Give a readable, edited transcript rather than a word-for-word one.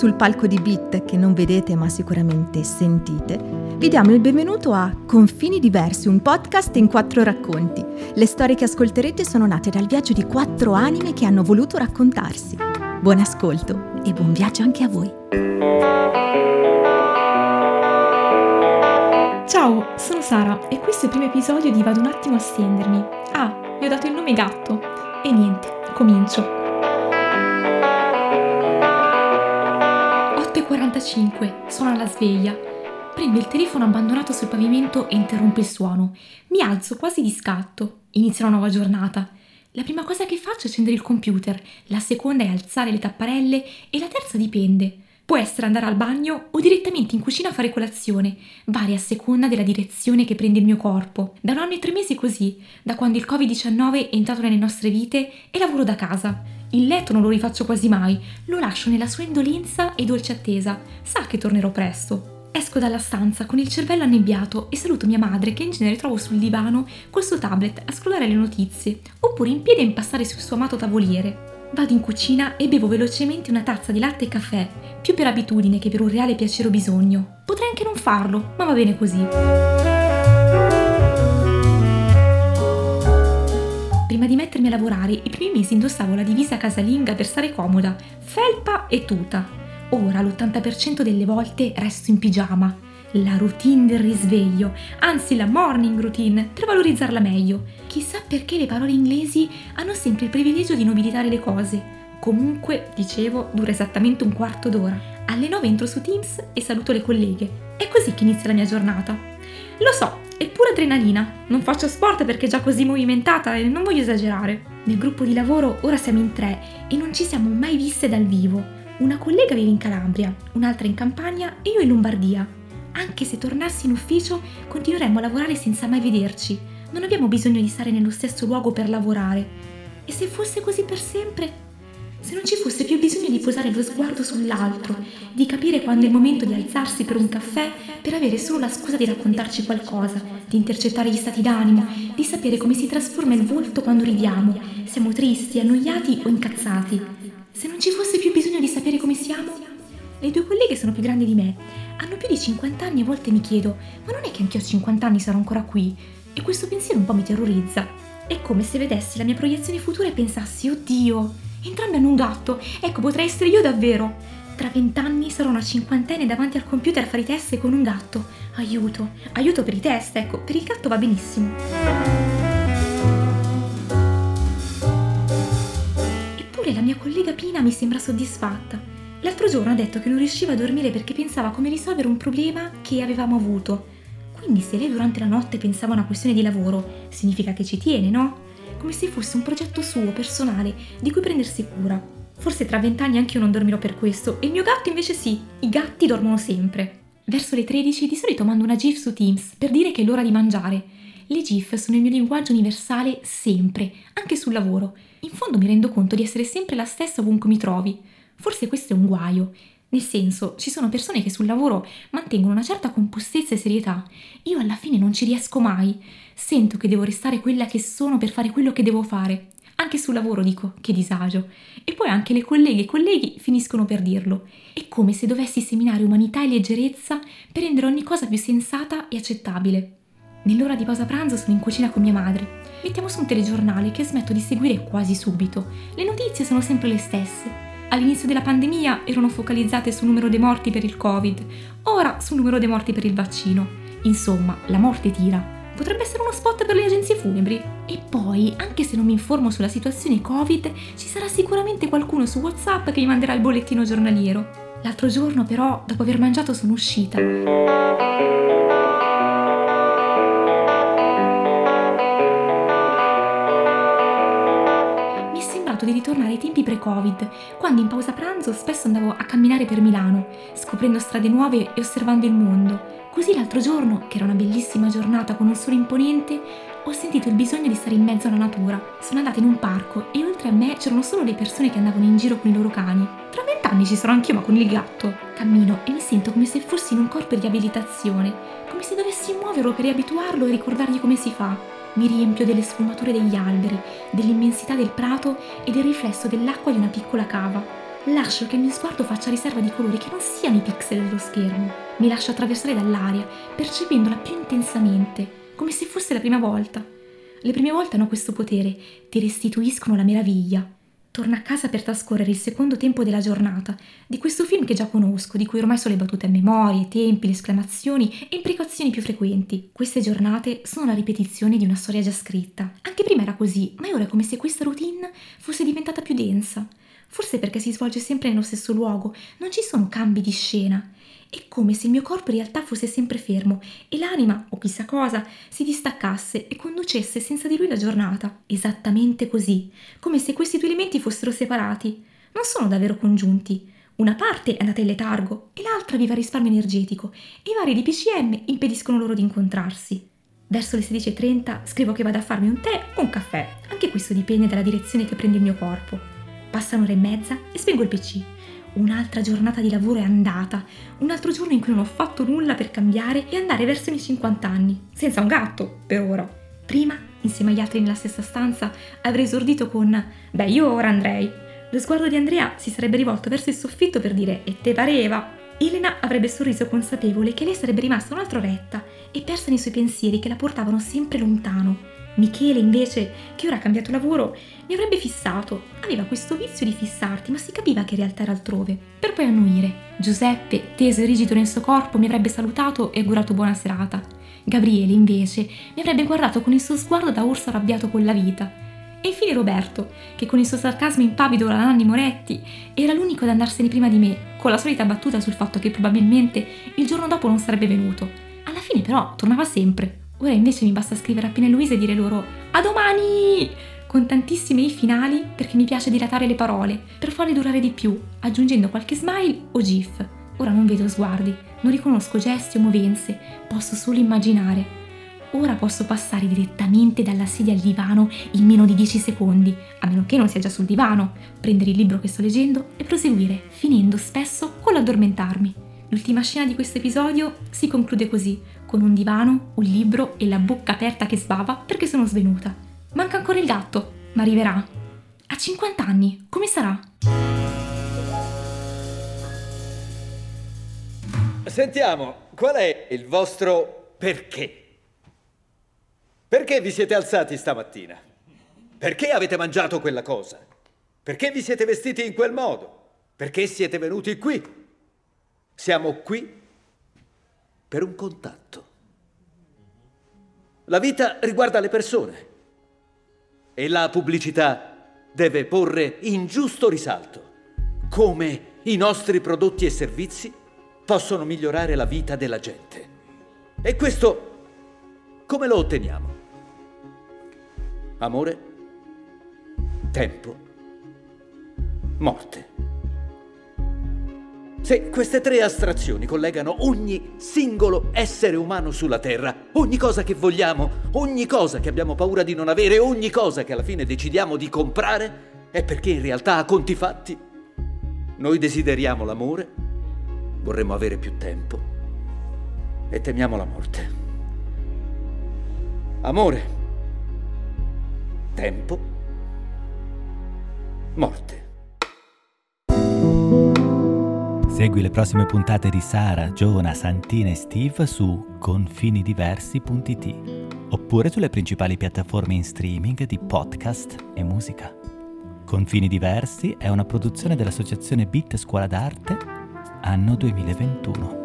sul palco di Beat, che non vedete ma sicuramente sentite, vi diamo il benvenuto a Confini Diversi, un podcast in 4 racconti. Le storie che ascolterete sono nate dal viaggio di 4 anime che hanno voluto raccontarsi. Buon ascolto e buon viaggio anche a voi. Ciao, sono Sara e questo è il primo episodio di Vado un attimo a stendermi. Gli ho dato il nome Gatto. E niente, comincio. 8:45, suona la sveglia. Prendo il telefono abbandonato sul pavimento e interrompe il suono. Mi alzo quasi di scatto. Inizia una nuova giornata. La prima cosa che faccio è accendere il computer, la seconda è alzare le tapparelle e la terza dipende. Può essere andare al bagno o direttamente in cucina a fare colazione, varia a seconda della direzione che prende il mio corpo. Da 1 anno e 3 mesi è così, da quando il Covid-19 è entrato nelle nostre vite e lavoro da casa. Il letto non lo rifaccio quasi mai, lo lascio nella sua indolenza e dolce attesa, sa che tornerò presto. Esco dalla stanza con il cervello annebbiato e saluto mia madre che in genere trovo sul divano col suo tablet a scrollare le notizie, oppure in piedi a impastare sul suo amato tavoliere. Vado in cucina e bevo velocemente una tazza di latte e caffè, più per abitudine che per un reale piacere o bisogno. Potrei anche non farlo, ma va bene così. Prima di mettermi a lavorare, i primi mesi indossavo la divisa casalinga per stare comoda, felpa e tuta. Ora l'80% delle volte resto in pigiama. La routine del risveglio, anzi la morning routine, per valorizzarla meglio. Chissà perché le parole inglesi hanno sempre il privilegio di nobilitare le cose. Comunque, dicevo, dura esattamente un quarto d'ora. Alle 9 entro su Teams e saluto le colleghe. È così che inizia la mia giornata. Lo so, è pura adrenalina. Non faccio sport perché è già così movimentata e non voglio esagerare. Nel gruppo di lavoro ora siamo in 3 e non ci siamo mai viste dal vivo. Una collega vive in Calabria, un'altra in Campania e io in Lombardia. Anche se tornassi in ufficio, continueremmo a lavorare senza mai vederci. Non abbiamo bisogno di stare nello stesso luogo per lavorare. E se fosse così per sempre? Se non ci fosse più bisogno di posare lo sguardo sull'altro, di capire quando è il momento di alzarsi per un caffè, per avere solo la scusa di raccontarci qualcosa, di intercettare gli stati d'animo, di sapere come si trasforma il volto quando ridiamo, siamo tristi, annoiati o incazzati. Se non ci fosse più bisogno di sapere come siamo? Le 2 colleghe sono più grandi di me, hanno più di 50 anni e a volte mi chiedo, ma non è che anch'io a 50 anni sarò ancora qui? E questo pensiero un po' mi terrorizza. È come se vedessi la mia proiezione futura e pensassi, oddio, entrambi hanno un gatto, ecco potrei essere io davvero. Tra 20 anni sarò una cinquantenne davanti al computer a fare i test con un gatto. Aiuto per i test, ecco, per il gatto va benissimo. Eppure la mia collega Pina mi sembra soddisfatta. L'altro giorno ha detto che non riusciva a dormire perché pensava come risolvere un problema che avevamo avuto. Quindi se lei durante la notte pensava a una questione di lavoro, significa che ci tiene, no? Come se fosse un progetto suo, personale, di cui prendersi cura. Forse tra 20 anni anche io non dormirò per questo, e il mio gatto invece sì, i gatti dormono sempre. Verso le 13 di solito mando una GIF su Teams per dire che è l'ora di mangiare. Le GIF sono il mio linguaggio universale sempre, anche sul lavoro. In fondo mi rendo conto di essere sempre la stessa ovunque mi trovi. Forse questo è un guaio, nel senso, ci sono persone che sul lavoro mantengono una certa compostezza e serietà. Io alla fine non ci riesco mai. Sento che devo restare quella che sono per fare quello che devo fare. Anche sul lavoro dico, che disagio. E poi anche le colleghe e i colleghi finiscono per dirlo. È come se dovessi seminare umanità e leggerezza per rendere ogni cosa più sensata e accettabile. Nell'ora di pausa pranzo sono in cucina con mia madre. Mettiamo su un telegiornale che smetto di seguire quasi subito. Le notizie sono sempre le stesse. All'inizio della pandemia erano focalizzate sul numero dei morti per il Covid, ora sul numero dei morti per il vaccino. Insomma, la morte tira. Potrebbe essere uno spot per le agenzie funebri. E poi, anche se non mi informo sulla situazione Covid, ci sarà sicuramente qualcuno su WhatsApp che mi manderà il bollettino giornaliero. L'altro giorno, però, dopo aver mangiato sono uscita. Di ritornare ai tempi pre-Covid, quando in pausa pranzo spesso andavo a camminare per Milano, scoprendo strade nuove e osservando il mondo. Così l'altro giorno, che era una bellissima giornata con un sole imponente, ho sentito il bisogno di stare in mezzo alla natura. Sono andata in un parco e oltre a me c'erano solo le persone che andavano in giro con i loro cani. Tra 20 anni ci sarò anch'io, ma con il gatto. Cammino e mi sento come se fossi in un corpo di riabilitazione, come se dovessi muoverlo per riabituarlo e ricordargli come si fa. Mi riempio delle sfumature degli alberi, dell'immensità del prato e del riflesso dell'acqua di una piccola cava. Lascio che il mio sguardo faccia riserva di colori che non siano i pixel dello schermo. Mi lascio attraversare dall'aria, percependola più intensamente, come se fosse la prima volta. Le prime volte hanno questo potere, ti restituiscono la meraviglia. Torno a casa per trascorrere il secondo tempo della giornata, di questo film che già conosco, di cui ormai so le battute a memoria, i tempi, le esclamazioni e imprecazioni più frequenti. Queste giornate sono la ripetizione di una storia già scritta. Anche prima era così, ma ora è come se questa routine fosse diventata più densa. Forse perché si svolge sempre nello stesso luogo, non ci sono cambi di scena. È come se il mio corpo in realtà fosse sempre fermo e l'anima, o chissà cosa, si distaccasse e conducesse senza di lui la giornata. Esattamente così, come se questi due elementi fossero separati. Non sono davvero congiunti. Una parte è andata in letargo e l'altra vive a risparmio energetico e i vari DPCM impediscono loro di incontrarsi. Verso le 16:30 scrivo che vado a farmi un tè o un caffè. Anche questo dipende dalla direzione che prende il mio corpo. Passa un'ora e mezza e spengo il PC. Un'altra giornata di lavoro è andata, un altro giorno in cui non ho fatto nulla per cambiare e andare verso i miei 50 anni, senza un gatto, per ora. Prima, insieme agli altri nella stessa stanza, avrei esordito con «Beh, io ora andrei». Lo sguardo di Andrea si sarebbe rivolto verso il soffitto per dire «E te pareva?». Elena avrebbe sorriso consapevole che lei sarebbe rimasta un'altra oretta e persa nei suoi pensieri che la portavano sempre lontano. Michele, invece, che ora ha cambiato lavoro, mi avrebbe fissato. Aveva questo vizio di fissarti, ma si capiva che in realtà era altrove, per poi annuire. Giuseppe, teso e rigido nel suo corpo, mi avrebbe salutato e augurato buona serata. Gabriele, invece, mi avrebbe guardato con il suo sguardo da orso arrabbiato con la vita. E infine Roberto, che con il suo sarcasmo impavido alla Nanni Moretti era l'unico ad andarsene prima di me, con la solita battuta sul fatto che probabilmente il giorno dopo non sarebbe venuto. Alla fine però tornava sempre. Ora invece mi basta scrivere a Pina e Luisa e dire loro «A domani!» con tantissime i finali perché mi piace dilatare le parole, per farle durare di più, aggiungendo qualche smile o gif. Ora non vedo sguardi, non riconosco gesti o movenze, posso solo immaginare. Ora posso passare direttamente dalla sedia al divano in meno di 10 secondi, a meno che non sia già sul divano, prendere il libro che sto leggendo e proseguire, finendo spesso con l'addormentarmi. L'ultima scena di questo episodio si conclude così, con un divano, un libro e la bocca aperta che sbava perché sono svenuta. Manca ancora il gatto, ma arriverà. A 50 anni, come sarà? Sentiamo, qual è il vostro perché? Perché vi siete alzati stamattina? Perché avete mangiato quella cosa? Perché vi siete vestiti in quel modo? Perché siete venuti qui? Siamo qui per un contatto. La vita riguarda le persone e la pubblicità deve porre in giusto risalto come i nostri prodotti e servizi possono migliorare la vita della gente. E questo come lo otteniamo? Amore, tempo, morte. Se queste tre astrazioni collegano ogni singolo essere umano sulla Terra, ogni cosa che vogliamo, ogni cosa che abbiamo paura di non avere, ogni cosa che alla fine decidiamo di comprare, è perché in realtà, a conti fatti, noi desideriamo l'amore, vorremmo avere più tempo e temiamo la morte. Amore, tempo, morte. Segui le prossime puntate di Sara, Giona, Santina e Steve su confinidiversi.it oppure sulle principali piattaforme in streaming di podcast e musica. Confini Diversi è una produzione dell'associazione Beat Scuola d'Arte, anno 2021.